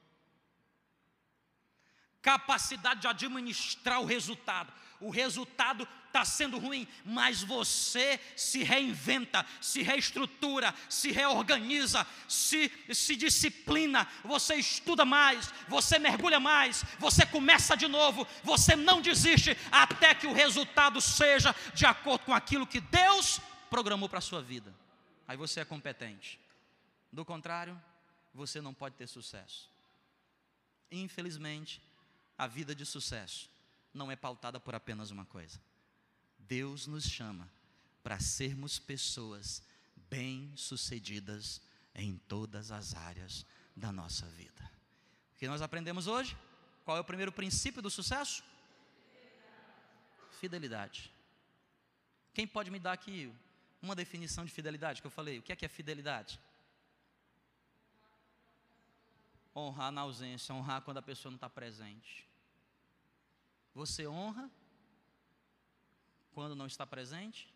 Capacidade de administrar o resultado. O resultado está sendo ruim, mas você se reinventa, se reestrutura, se reorganiza, se, se disciplina, você estuda mais, você mergulha mais, você começa de novo, você não desiste até que o resultado seja de acordo com aquilo que Deus programou para a sua vida. Aí você é competente. Do contrário, você não pode ter sucesso. Infelizmente, a vida de sucesso não é pautada por apenas uma coisa. Deus nos chama para sermos pessoas bem-sucedidas em todas as áreas da nossa vida. O que nós aprendemos hoje? Qual é o primeiro princípio do sucesso? Fidelidade. Quem pode me dar aqui uma definição de fidelidade que eu falei? O que é que é fidelidade? Honrar na ausência, honrar quando a pessoa não está presente. Você honra quando não está presente?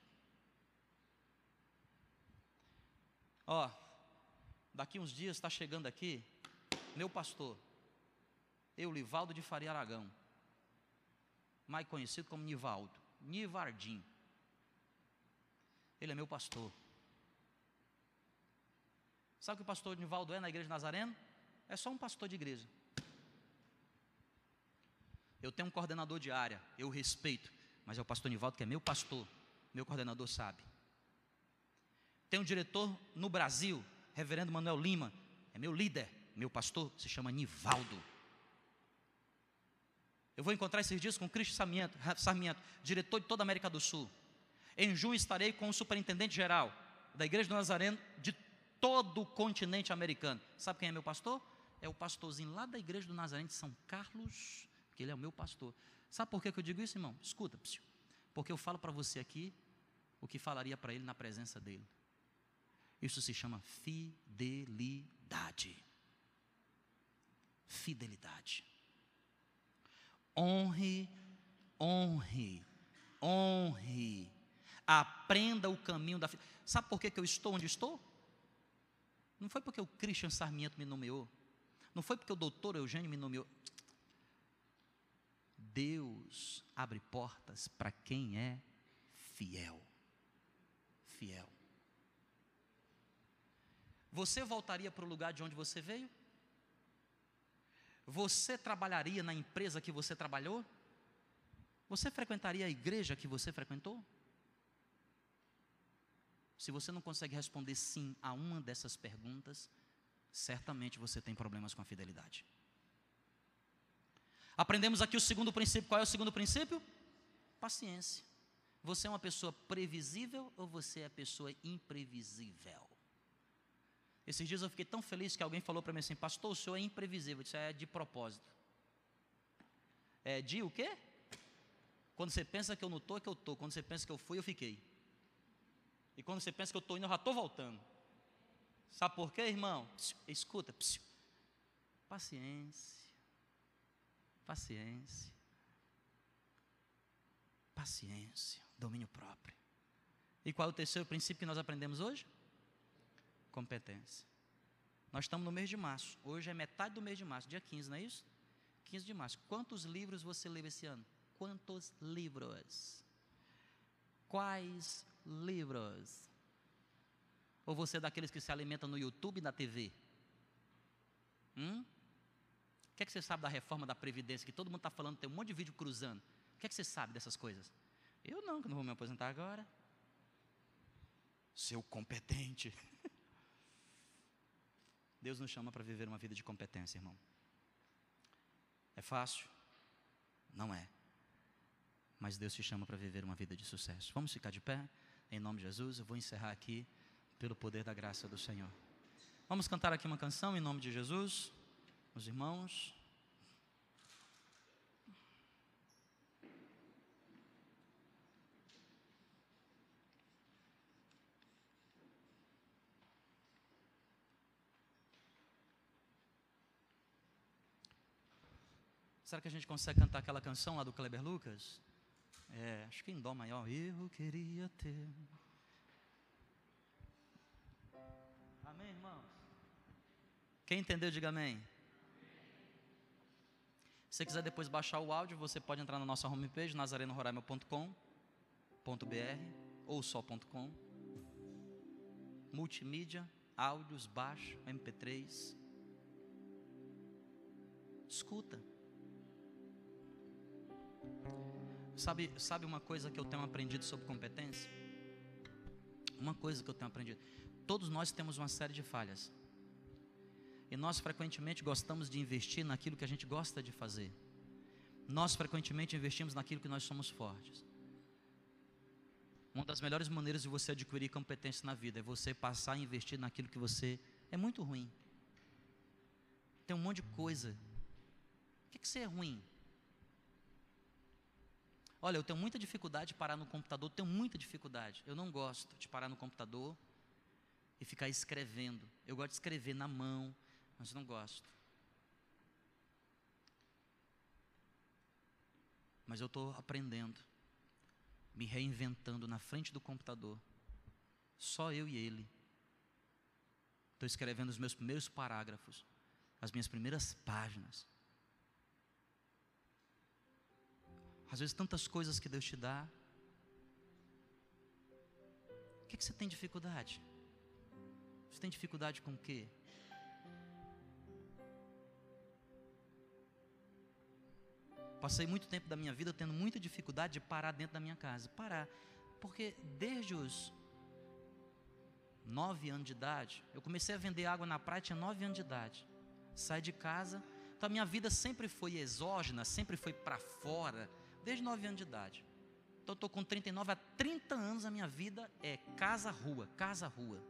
Ó, daqui uns dias está chegando aqui meu pastor, Eurivaldo de Faria Aragão, mais conhecido como Nivaldo, Nivardim. Ele é meu pastor. Sabe o que o pastor Nivaldo é na igreja de Nazareno? É só um pastor de igreja. Eu tenho um coordenador de área, eu respeito, mas é o pastor Nivaldo que é meu pastor, meu coordenador sabe. Tem um diretor no Brasil, reverendo Manuel Lima, é meu líder, meu pastor se chama Nivaldo. Eu vou encontrar esses dias com o Cristo Sarmiento, Sarmiento, diretor de toda a América do Sul. Em junho estarei com o superintendente geral da igreja do Nazareno de todo o continente americano. Sabe quem é meu pastor? É o pastorzinho lá da igreja do Nazareno de São Carlos, que ele é o meu pastor. Sabe por que eu digo isso, irmão? Escuta, porque eu falo para você aqui o que falaria para ele na presença dele. Isso se chama fidelidade. Fidelidade. Honre, honre, honre. Aprenda o caminho da fidelidade. Sabe por que eu estou onde estou? Não foi porque o Christian Sarmiento me nomeou. Não foi porque o doutor Eugênio me nomeou. Deus abre portas para quem é fiel. Fiel. Você voltaria para o lugar de onde você veio? Você trabalharia na empresa que você trabalhou? Você frequentaria a igreja que você frequentou? Se você não consegue responder sim a uma dessas perguntas, certamente você tem problemas com a fidelidade. Aprendemos aqui o segundo princípio. Qual é o segundo princípio? Paciência. Você é uma pessoa previsível ou você é pessoa imprevisível? Esses dias eu fiquei tão feliz que alguém falou para mim assim: pastor, o senhor é imprevisível. Eu disse: é de propósito. É de o quê? Quando você pensa que eu não estou, é que eu estou. Quando você pensa que eu fui, eu fiquei. E quando você pensa que eu estou indo, eu já estou voltando. Sabe por quê, irmão? Psiu, escuta. Psiu. Paciência. Paciência. Paciência. Domínio próprio. E qual é o terceiro princípio que nós aprendemos hoje? Competência. Nós estamos no mês de março. Hoje é metade do mês de março, dia quinze, não é isso? quinze de março. Quantos livros você leu esse ano? Quantos livros? Quais livros? Ou você é daqueles que se alimentam no YouTube e na T V? Hum? O que é que você sabe da reforma da Previdência, que todo mundo está falando, tem um monte de vídeo cruzando? O que é que você sabe dessas coisas? Eu não, que não vou me aposentar agora. Seu competente. Deus nos chama para viver uma vida de competência, irmão. É fácil? Não é. Mas Deus te chama para viver uma vida de sucesso. Vamos ficar de pé? Em nome de Jesus, eu vou encerrar aqui pelo poder da graça do Senhor. Vamos cantar aqui uma canção em nome de Jesus, os irmãos. Será que a gente consegue cantar aquela canção lá do Kleber Lucas? É, acho que em dó maior. Eu queria ter. Amém, irmãos? Quem entendeu, diga amém. Se você quiser depois baixar o áudio, você pode entrar na nossa homepage, nazareno roraima ponto com ponto br ou só ponto .com. Multimídia, áudios, baixo, M P três. Escuta. Sabe, sabe uma coisa que eu tenho aprendido sobre competência? Uma coisa que eu tenho aprendido. Todos nós temos uma série de falhas. E nós frequentemente gostamos de investir naquilo que a gente gosta de fazer. Nós frequentemente investimos naquilo que nós somos fortes. Uma das melhores maneiras de você adquirir competência na vida é você passar a investir naquilo que você é muito ruim. Tem um monte de coisa. O que é que você é ruim? Olha, eu tenho muita dificuldade de parar no computador, tenho muita dificuldade. Eu não gosto de parar no computador e ficar escrevendo. Eu gosto de escrever na mão, mas não gosto. Mas eu estou aprendendo, me reinventando na frente do computador. Só eu e ele. Estou escrevendo os meus primeiros parágrafos, as minhas primeiras páginas. Às vezes tantas coisas que Deus te dá. O que, que você tem dificuldade? Você tem dificuldade com o quê? Passei muito tempo da minha vida tendo muita dificuldade de parar dentro da minha casa. Parar. Porque desde os nove anos de idade, eu comecei a vender água na praia, tinha nove anos de idade. Saí de casa. Então a minha vida sempre foi exógena, sempre foi para fora. Desde nove anos de idade. Então eu estou com trinta e nove, há trinta anos a minha vida é casa-rua, casa-rua.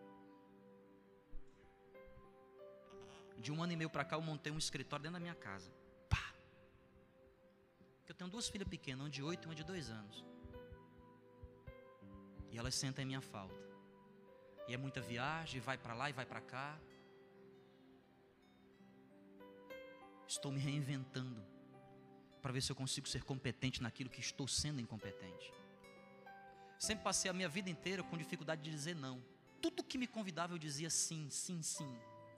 De um ano e meio para cá eu montei um escritório dentro da minha casa. Pá! Eu tenho duas filhas pequenas, uma de oito e uma de dois anos. E elas sentam em minha falta. E é muita viagem, vai para lá e vai para cá. Estou me reinventando para ver se eu consigo ser competente naquilo que estou sendo incompetente. Sempre passei a minha vida inteira com dificuldade de dizer não. Tudo que me convidava eu dizia sim, sim, sim.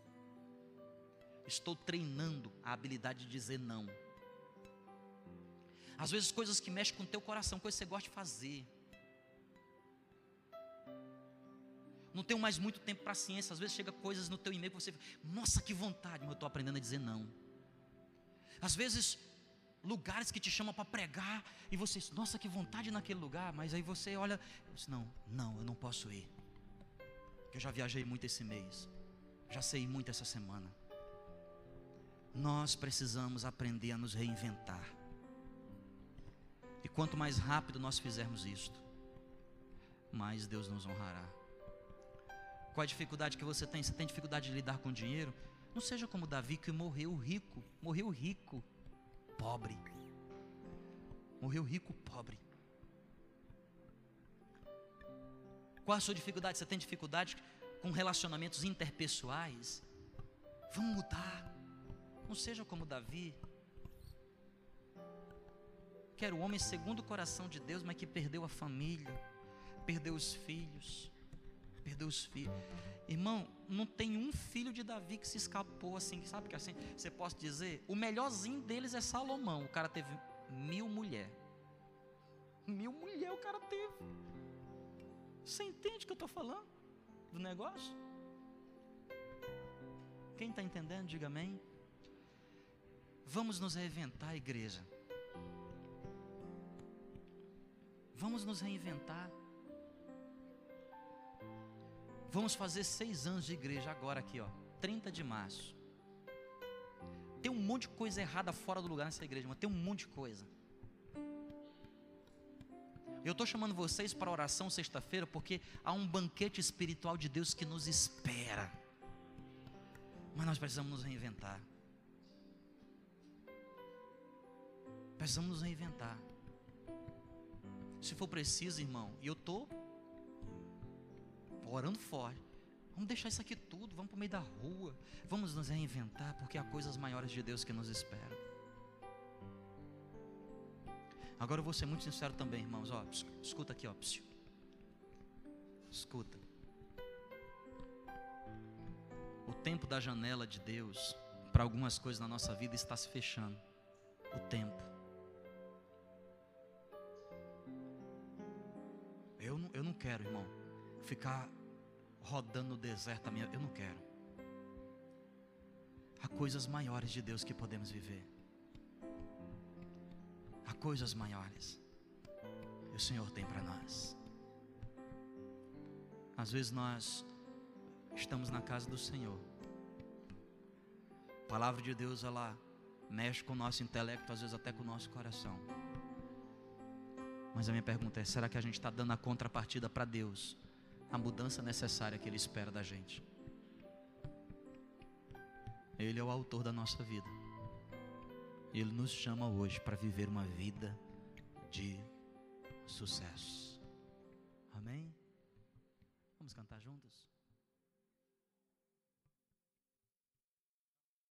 Estou treinando a habilidade de dizer não. Às vezes coisas que mexem com o teu coração, coisas que você gosta de fazer. Não tenho mais muito tempo para a ciência. Às vezes chega coisas no teu e-mail que você fala, nossa, que vontade, mas eu estou aprendendo a dizer não. Às vezes lugares que te chamam para pregar e você diz, nossa, que vontade naquele lugar, mas aí você olha, diz, não, não, eu não posso ir. Eu já viajei muito esse mês, já sei muito essa semana. Nós precisamos aprender a nos reinventar. E quanto mais rápido nós fizermos isto, mais Deus nos honrará. Qual a dificuldade que você tem? Você tem dificuldade de lidar com dinheiro? Não seja como Davi, que morreu rico. Morreu rico, pobre. Morreu rico, pobre. Qual a sua dificuldade? Você tem dificuldade com relacionamentos interpessoais? Vamos mudar. Não seja como Davi, que era o homem segundo o coração de Deus, mas que perdeu a família, perdeu os filhos, perdeu os filhos. Irmão, não tem um filho de Davi que se escapou assim, sabe que assim, você pode dizer, o melhorzinho deles é Salomão. O cara teve mil mulheres. Mil mulheres o cara teve. Você entende o que eu estou falando? Do negócio? Quem está entendendo, diga amém. Vamos nos reinventar, igreja. Vamos nos reinventar. Vamos fazer seis anos de igreja agora aqui, ó, trinta de março. Tem um monte de coisa errada fora do lugar nessa igreja, mas tem um monte de coisa. Eu estou chamando vocês para a oração sexta-feira porque há um banquete espiritual de Deus que nos espera. Mas nós precisamos nos reinventar. Precisamos nos reinventar. Se for preciso, irmão, e eu estou orando forte, vamos deixar isso aqui tudo, vamos para o meio da rua, vamos nos reinventar, porque há coisas maiores de Deus que nos esperam. Agora eu vou ser muito sincero também, irmãos, ó, escuta aqui, ó, escuta. O tempo da janela de Deus para algumas coisas na nossa vida está se fechando. O tempo. Eu não, eu não quero, irmão, ficar rodando no deserto a minha, eu não quero. Há coisas maiores de Deus que podemos viver. Há coisas maiores que o Senhor tem para nós. Às vezes nós estamos na casa do Senhor. A palavra de Deus, ela mexe com o nosso intelecto, às vezes até com o nosso coração. Mas a minha pergunta é, será que a gente está dando a contrapartida para Deus? A mudança necessária que Ele espera da gente. Ele é o autor da nossa vida. Ele nos chama hoje para viver uma vida de sucesso. Amém? Vamos cantar juntos?